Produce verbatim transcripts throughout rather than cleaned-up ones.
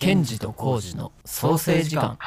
ケンジとコウジの創生時間。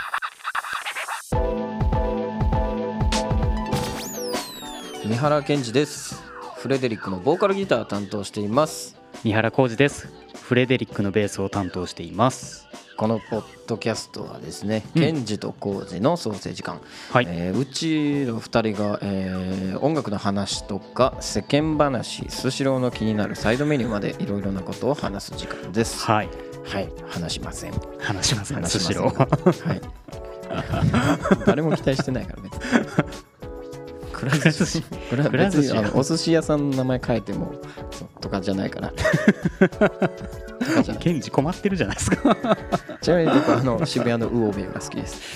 三原健二です。フレデリックのボーカルギターを担当しています。 三原浩二です。フレデリックのベースを担当しています。 このポッドキャストはですね、 うん、 ケンジとコウジの創生時間、 はいえー、うちのふたりが、えー、音楽の話とか世間話、スシローの気になるサイドメニューまでいろいろなことを話す時間です。 はいはい、話しません話しません話しませんスシローはい誰も期待してないから別にくら寿司くら寿司あのお寿司屋さんの名前変えてもとかじゃないからケンジ困ってるじゃないですかちなみに僕あの渋谷のウオベが好きです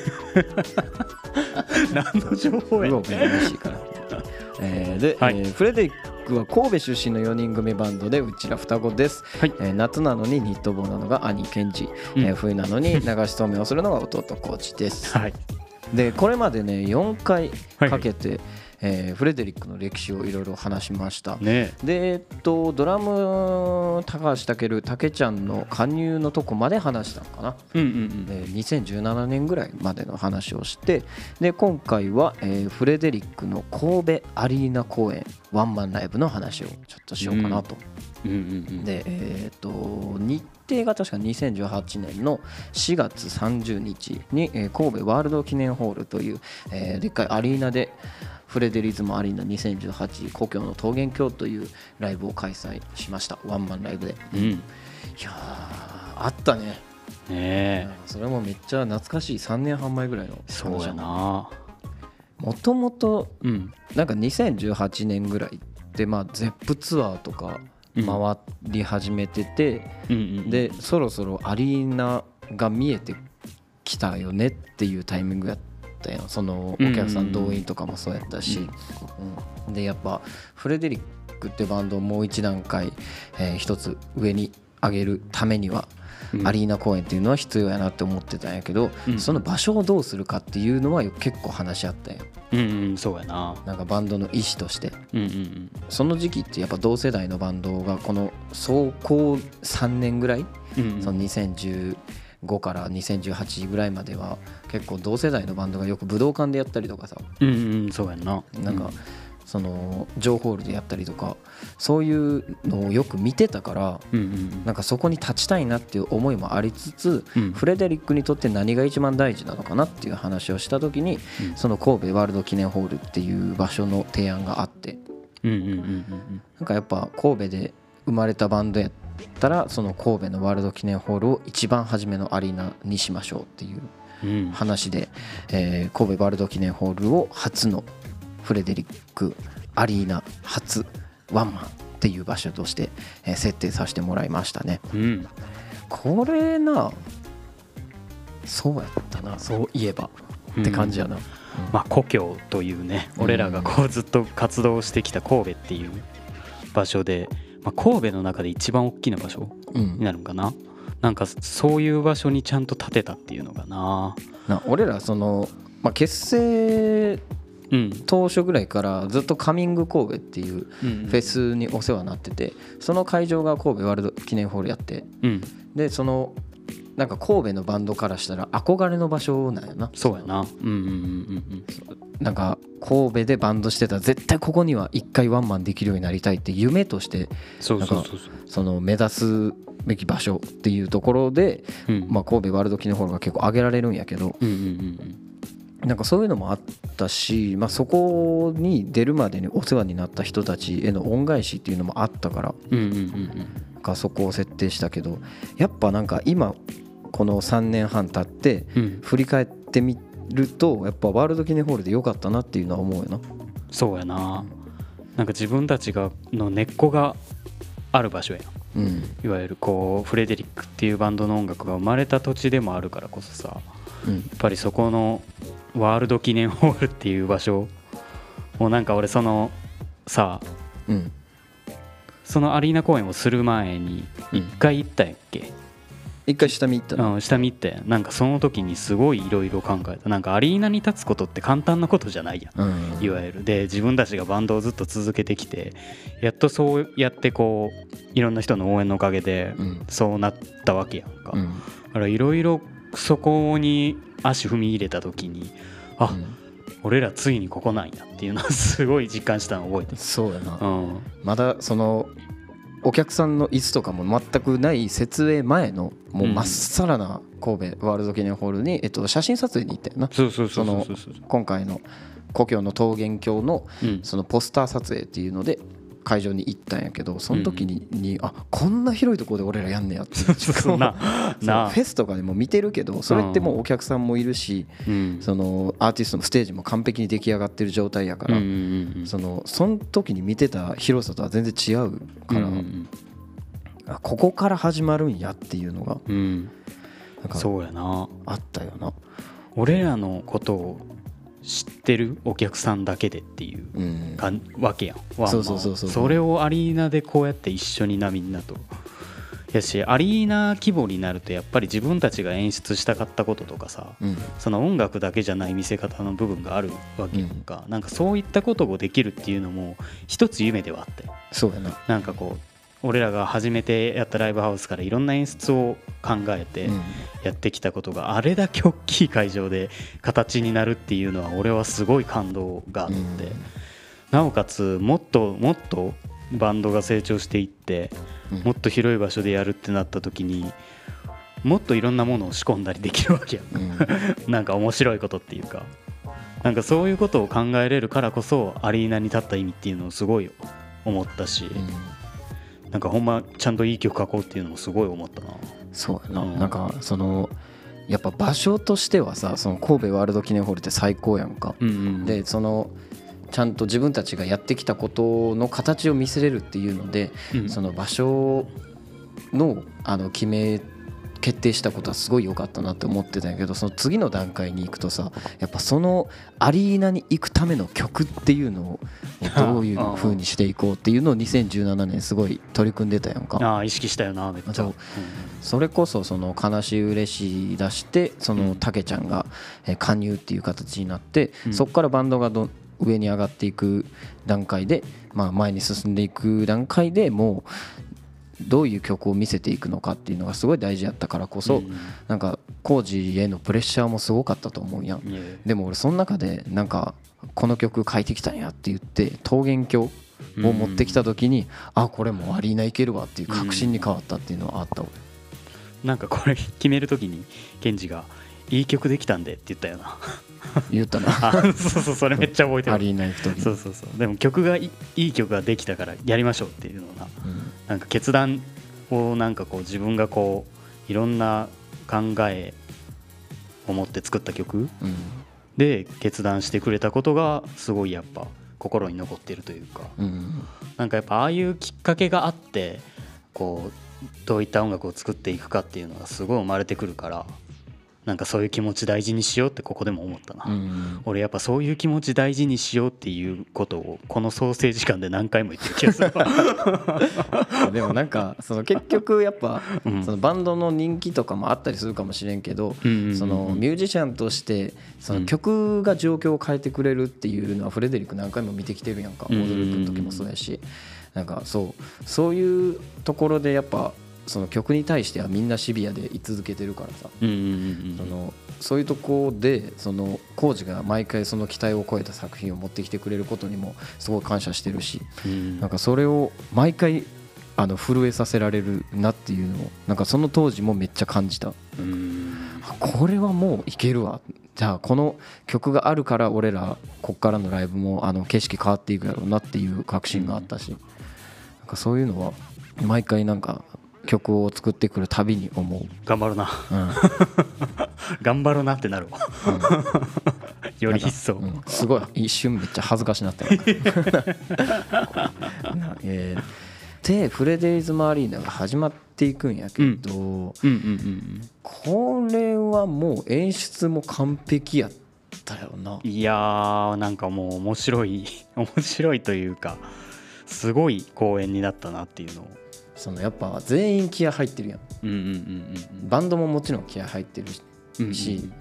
何の情報やウオベが美味しいから、えー、で、はい、えー、フレデリックは神戸出身のよにん組バンドでうちら双子です、はい、えー、夏なのにニット帽なのが兄ケンジ、うん、えー、冬なのに流しそうめんをするのが弟コーチです、はい、でこれまでねよんかいかけて、はいはい、えー、フレデリックの歴史をいろいろ話しました、ね、で、えっと、ドラム高橋健健ちゃんの加入のとこまで話したのかな、うんうんうん、でにせんじゅうななねんぐらいまでの話をして、で今回は、えー、フレデリックの神戸アリーナ公演ワンマンライブの話をちょっとしようかなと、うんうんうんうん、で、えー、っと日程が確かにせんじゅうはちねんのしがつさんじゅうにちに、えー、神戸ワールド記念ホールという、えー、でっかいアリーナでフレデリズムアリーナにせんじゅうはち故郷の桃源郷というライブを開催しました。ワンマンライブで、うん、いやあったね。ねえ、それもめっちゃ懐かしいさんねんはん前ぐらいの話。 そうやな。 もともとなんかにせんじゅうはちねんぐらいってまあゼップツアーとか回り始めてて、うん、でそろそろアリーナが見えてきたよねっていうタイミングやったそのお客さん動員とかもそうやったし、うん、でやっぱフレデリックってバンドをもう一段階、えー、一つ上に上げるためにはアリーナ公演っていうのは必要やなって思ってたんやけど、うん、その場所をどうするかっていうのは結構話し合ったんよ、 うんうん、そうやな。なんかバンドの意思として、うんうんうん、その時期ってやっぱ同世代のバンドがこの走行さんねんぐらい、うんうん、そのにせんじゅうごからにせんじゅうはちぐらいまでは結構同世代のバンドがよく武道館でやったりとかさ、 うんうん、そうやんな。 なんかその情ホールでやったりとかそういうのをよく見てたから、うんうん、なんかそこに立ちたいなっていう思いもありつつ、うん、フレデリックにとって何が一番大事なのかなっていう話をした時に、うん、その神戸ワールド記念ホールっていう場所の提案があって、うんうんうんうん、なんかやっぱ神戸で生まれたバンドやったらその神戸のワールド記念ホールを一番初めのアリーナにしましょうっていう話で、うん、えー、神戸ワールド記念ホールを初のフレデリックアリーナ初ワンマンっていう場所として設定させてもらいましたね、うん、これなそうやったな、そういえばって感じやな、うん、 まあ、故郷というね、俺らがこうずっと活動してきた神戸っていう場所で、まあ、神戸の中で一番大きな場所になるのかな、うん、なんかそういう場所にちゃんと建てたっていうのがな。 な俺らその、まあ、結成当初ぐらいからずっとカミング神戸っていうフェスにお世話になってて、その会場が神戸ワールド記念ホールやって、うん、でそのなんか神戸のバンドからしたら憧れの場所なんやな。 そうやな、うんうんうんうん、 なんか神戸でバンドしてたら絶対ここには一回ワンマンできるようになりたいって夢としてその目指すべき場所っていうところで、うん、まあ、神戸ワールド記念ホールが結構挙げられるんやけど、うんうんうん、なんかそういうのもあったし、まあ、そこに出るまでにお世話になった人たちへの恩返しっていうのもあったから、うんうんうんうん、なんかそこを設定したけど、やっぱなんか今このさんねんはん経って振り返ってみるとやっぱワールド記念ホールで良かったなっていうのは思うよな。 そうやな、なんか自分たちがの根っこがある場所や、うん、いわゆるこうフレデリックっていうバンドの音楽が生まれた土地でもあるからこそさ、うん、やっぱりそこのワールド記念ホールっていう場所をなんか俺そのさ、うん、そのアリーナ公演をする前に一回行ったんやっけ、 一回下見行ったの、 うん、下見てなんかその時にすごいいろいろ考えた。なんかアリーナに立つことって簡単なことじゃないやん、うん、いわゆるで自分たちがバンドをずっと続けてきてやっとそうやってこういろんな人の応援のおかげでそうなったわけやんか、うん、だからいろいろそこに足踏み入れた時にあ、うん、俺らついにここなんやっていうのはすごい実感したの覚えてる。 そうやな、うん、まだそのお客さんの椅子とかも全くない設営前のもうまっさらな神戸ワールド記念ホールに、えっと、写真撮影に行ったよな。その今回の故郷の桃源郷のそのポスター撮影っていうので会場に行ったんやけど、その時に、うん、あこんな広いところで俺らやんねやってそうななフェスとかでも見てるけどそれってもうお客さんもいるし、うん、そのアーティストのステージも完璧に出来上がってる状態やから、うんうんうん、そのその時に見てた広さとは全然違うから、うんうん、あここから始まるんやっていうのが、うん、なんかそうやなあったよな。 俺らのことを知ってるお客さんだけでっていうか、うん、わけやん。そうそうそうそう。それをアリーナでこうやって一緒になみんなとやし、アリーナ規模になるとやっぱり自分たちが演出したかったこととかさ、うん、その音楽だけじゃない見せ方の部分があるわけやんか、うん、なんかそういったことをできるっていうのも一つ夢ではあって、 そうやな。 なんかこう俺らが初めてやったライブハウスからいろんな演出を考えてやってきたことがあれだけ大きい会場で形になるっていうのは俺はすごい感動があって、なおかつもっともっとバンドが成長していってもっと広い場所でやるってなった時にもっといろんなものを仕込んだりできるわけやんなんか面白いことっていうか、なんかそういうことを考えれるからこそアリーナに立った意味っていうのをすごい思ったし、なんかほんまちゃんといい曲書こうっていうのもすごい思ったな。 そうやな、うん、なんかそのやっぱ場所としてはさ、その神戸ワールド記念ホールって最高やんか、うんうん、でそのちゃんと自分たちがやってきたことの形を見せれるっていうので、うん、その場所のあの決め決定したことはすごい良かったなって思ってたんやけど、その次の段階に行くとさ、やっぱそのアリーナに行くための曲っていうのをどういう風にしていこうっていうのをにせんじゅうななねんすごい取り組んでたやんか。 ああ意識したよなめっちゃ。 そう、うん、それこそその悲しい嬉しい出してそのたけちゃんが加入っていう形になって、うん、そこからバンドがど上に上がっていく段階で、まあ、前に進んでいく段階でもうどういう曲を見せていくのかっていうのがすごい大事やったからこそ、なんかコージへのプレッシャーもすごかったと思うやん。でも俺その中でなんかこの曲書いてきたんやって言って桃源郷を持ってきた時に、あこれもうアリーナ行けるわっていう確信に変わったっていうのはあった俺。 なんかこれ決める時にケンジがいい曲できたんでって言ったよな言ったなそうそう、それめっちゃ覚えてる。 アリーナ行く時。 そうそうそう。でも曲がいい曲ができたからやりましょうっていうのをな、うん、なんか決断をなんかこう自分がこういろんな考えを持って作った曲で決断してくれたことがすごいやっぱ心に残っているというか、うん、なんかやっぱああいうきっかけがあってこうどういった音楽を作っていくかっていうのがすごい生まれてくるから、なんかそういう気持ち大事にしようってここでも思ったな、うん、俺やっぱそういう気持ち大事にしようっていうことをこの創生時間で何回も言ってる気がするでもなんかその結局やっぱそのバンドの人気とかもあったりするかもしれんけど、そのミュージシャンとしてその曲が状況を変えてくれるっていうのはフレデリック何回も見てきてるやんか。踊るくんの時もそうやし、なんかそうそういうところでやっぱその曲に対してはみんなシビアで居続けてるからさ、うんうんうん、そのそういうとこでそのコージが毎回その期待を超えた作品を持ってきてくれることにもすごい感謝してるし、うん、なんかそれを毎回あの震えさせられるなっていうのをなんかその当時もめっちゃ感じた、うん、これはもういけるわ、じゃあこの曲があるから俺らこっからのライブもあの景色変わっていくやろうなっていう確信があったし、なんかそういうのは毎回なんか曲を作ってくるたびに思う。 頑張るな、うん、頑張るなってなるわ、うん、より一層、うん、 すごい一瞬めっちゃ恥ずかしなったえー、でフレデリズムアリーナが始まっていくんやけど、うんうんうんうん、これはもう演出も完璧やったよな。 いやーなんかもう面白い面白いというかすごい公演になったなっていうのをそのやっぱ全員気合入ってるやん、 うんうんうんうん、 バンドももちろん気合入ってるし、うんうん、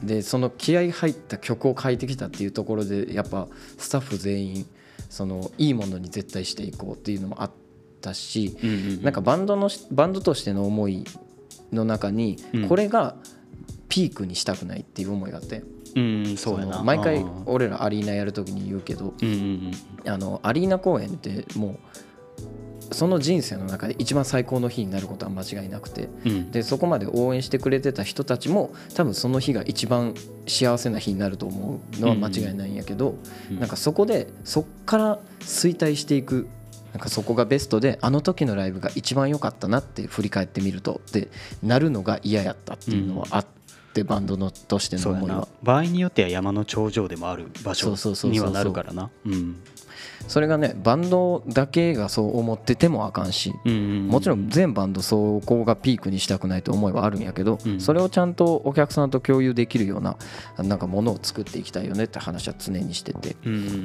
でその気合入った曲を書いてきたっていうところでやっぱスタッフ全員そのいいものに絶対していこうっていうのもあったし、うんうんうん、なんかバンドのバンドとしての思いの中にこれがピークにしたくないっていう思いがあって、 うん、そうやな、 毎回俺らアリーナやるときに言うけど、うんうんうん、あのアリーナ公演ってもうその人生の中で一番最高の日になることは間違いなくて、うん、でそこまで応援してくれてた人たちも多分その日が一番幸せな日になると思うのは間違いないんやけど、うんうん、なんかそこでそっから衰退していく、なんかそこがベストであの時のライブが一番良かったなって振り返ってみるとってなるのが嫌やったっていうのはあって、うん、バンドのとしての思いは場合によっては山の頂上でもある場所にはなるからな。 それがねバンドだけがそう思っててもあかんし、うんうんうん、もちろん全バンドそこがピークにしたくないと思いはあるんやけど、うん、それをちゃんとお客さんと共有できるようななんかものを作っていきたいよねって話は常にしてて、うんうんうん、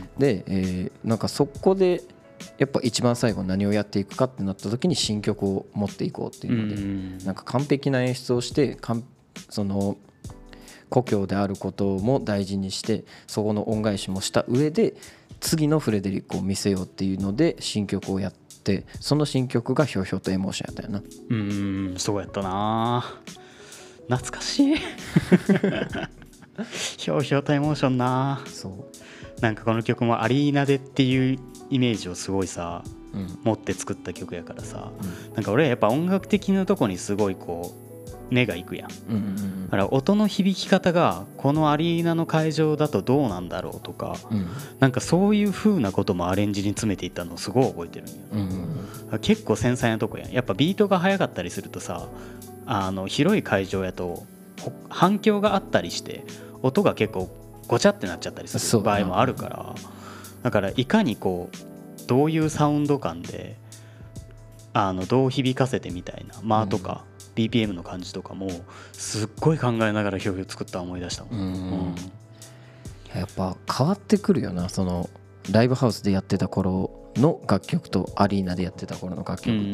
で、えー、なんかそこでやっぱ一番最後何をやっていくかってなった時に新曲を持っていこうっていうので、うんうん、なんか完璧な演出をしてその故郷であることも大事にしてそこの恩返しもした上で次のフレデリックを見せようっていうので新曲をやって、その新曲がひょうひょうとエモーションやったよな。 うーん、そうやったな、懐かしいひょうひょうとエモーションな。そうなんかこの曲もアリーナでっていうイメージをすごいさ、うん、持って作った曲やからさ、うん、なんか俺はやっぱ音楽的なとこにすごいこう目がいくやん、うんうんうん、だから音の響き方がこのアリーナの会場だとどうなんだろうとか、うん、なんかそういう風なこともアレンジに詰めていったのをすごい覚えてるんや、うんうん、結構繊細なとこやん。やっぱビートが速かったりするとさ、あの広い会場やと反響があったりして音が結構ごちゃってなっちゃったりする場合もあるから、だからいかにこうどういうサウンド感であのどう響かせてみたいな間とか、うんビーピーエム の感じとかもすっごい考えながら表現作った思い出したもん、うんうん、 やっぱ変わってくるよな。そのライブハウスでやってた頃の楽曲とアリーナでやってた頃の楽曲、うん、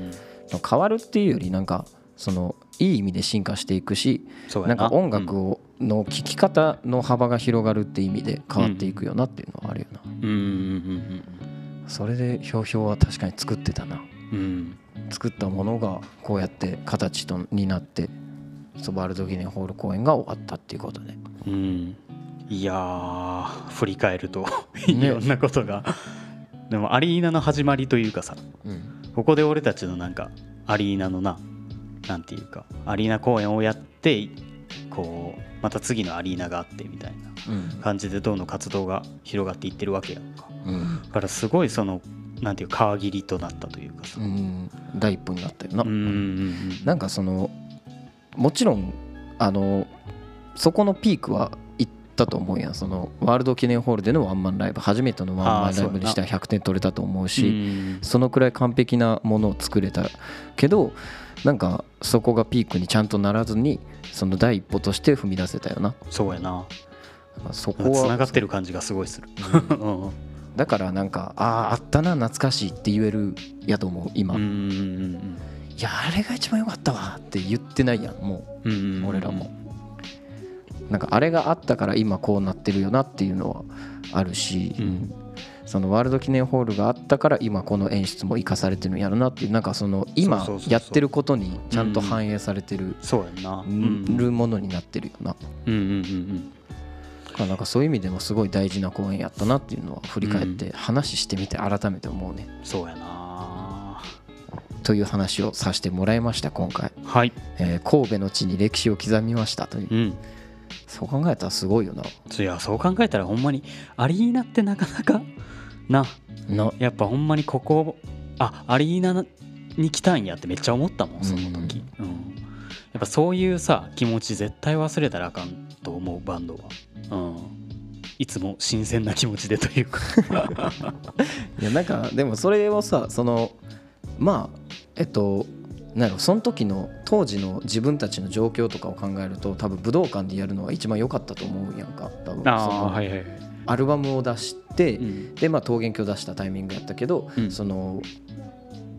変わるっていうよりなんかそのいい意味で進化していくし、な, なんか音楽をの聴き方の幅が広がるっていう意味で変わっていくよなっていうのはあるよな、うんうんうんうん、それでひょうひょうは確かに作ってたな、うん、作ったものがこうやって形とになってワールド記念ホール公演が終わったっていうことで、 うん、いやー振り返るといろんなことが、ね、でもアリーナの始まりというかさ、うん、ここで俺たちのなんかアリーナのななんていうかアリーナ公演をやってこうまた次のアリーナがあってみたいな感じでどんどん活動が広がっていってるわけやんか、うん、だからすごいそのなんていうか皮切りとなったというかさ、うん、 第一歩になったよな、うんうんうん、なんかそのもちろんあのそこのピークは行ったと思うやん。そのワールド記念ホールでのワンマンライブ初めてのワンマンライブにしてはひゃくてん取れたと思うし、うん、そのくらい完璧なものを作れたけどなんかそこがピークにちゃんとならずにその第一歩として踏み出せたよな。 そうやな、そこはつながってる感じがすごいする、うんだからなんかあああったな懐かしいって言えるやと思う今。うんうんうん、いやあれが一番良かったわって言ってないやんもう、うんうんうん、俺らもなんかあれがあったから今こうなってるよなっていうのはあるし、うん、そのワールド記念ホールがあったから今この演出も生かされてるんやろなっていうなんかその今やってることにちゃんと反映されてるものになってるよな。うんうんうんうんなんかそういう意味でもすごい大事な公演やったなっていうのは振り返って話してみて改めて思うね、 うん、そうやなという話をさせてもらいました今回、 はいえー、神戸の地に歴史を刻みましたという、うん、そう考えたらすごいよな。 いやそう考えたらほんまにアリーナってなかなかななやっぱほんまにここあアリーナに来たんやってめっちゃ思ったもんその時、うんうん、やっぱそういうさ気持ち絶対忘れたらあかんと思うバンドは、うん、いつも新鮮な気持ちでというかいやなんかでもそれをさそのまあえっとなんやろその時の当時の自分たちの状況とかを考えると多分武道館でやるのが一番良かったと思うやんか多分。あ、はいはいはい、アルバムを出して、うん、でまあ桃源郷出したタイミングやったけど、うん、その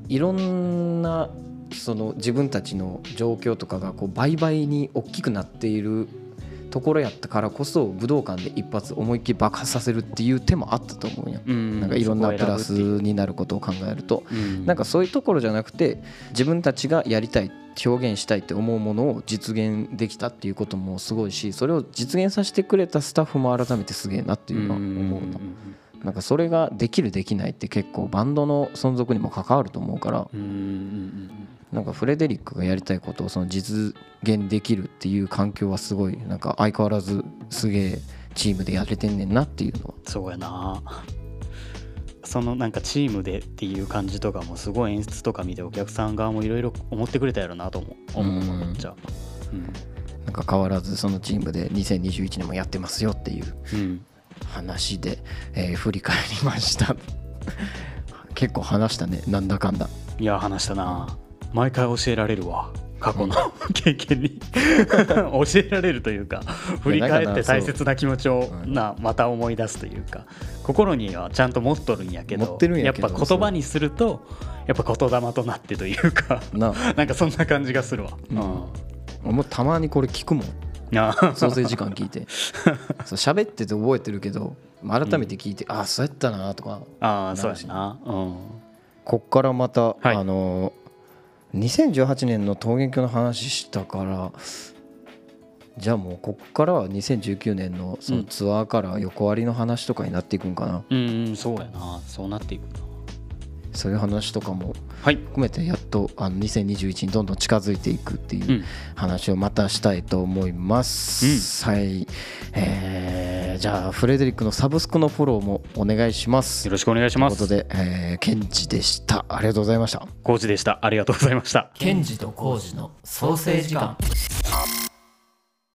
いろんなその自分たちの状況とかがこう倍々に大きくなっているところやったからこそ武道館で一発思いっきり爆発させるっていう手もあったと思うよ、うん、なんかいろんなプラスになることを考えると、うん、なんかそういうところじゃなくて自分たちがやりたい表現したいって思うものを実現できたっていうこともすごいし、それを実現させてくれたスタッフも改めてすげえなっていうのは思うの。なんかそれができるできないって結構バンドの存続にも関わると思うから、なんかフレデリックがやりたいことをその実現できるっていう環境はすごいなんか相変わらずすげえチームでやれてんねんなっていうのは。 そうやな。そのなんかチームでっていう感じとかもすごい演出とか見てお客さん側もいろいろ思ってくれたやろなと思う。思うめっちゃ。うん。なんか変わらずそのチームでにせんにじゅういちねんもやってますよっていう。うん。話で、えー、振り返りました結構話したね、なんだかんだ。 いや話したな。毎回教えられるわ、過去の経験に教えられるというか、振り返って大切な気持ちをなまた思い出すというか、心にはちゃんと持っとるんやけど、やっぱ言葉にするとやっぱ言霊となってというかな, なんかそんな感じがするわ、うんうん、もうたまにこれ聞くもん創生時間聞いてそう喋ってて覚えてるけど改めて聞いて、うん、ああそうやったなとか。 ああそうやな、うん、 こっからまた、はい、あのにせんじゅうはちねんの桃源郷の話したから、じゃあもうこっからはにせんじゅうきゅうねんのそのツアーから横割りの話とかになっていくんかな。 うん、うんうん、そうやな、そうなっていくな。 そういう話とかも含めてやっとあのにせんにじゅういちにどんどん近づいていくっていう話をまたしたいと思います、うん、はい、えー、じゃあフレデリックのサブスクのフォローもお願いします。 よろしくお願いします。 ということで、えー、ケンジでした。ありがとうございました。 コウジでした。ありがとうございました。 ケンジとコウジの創生時間。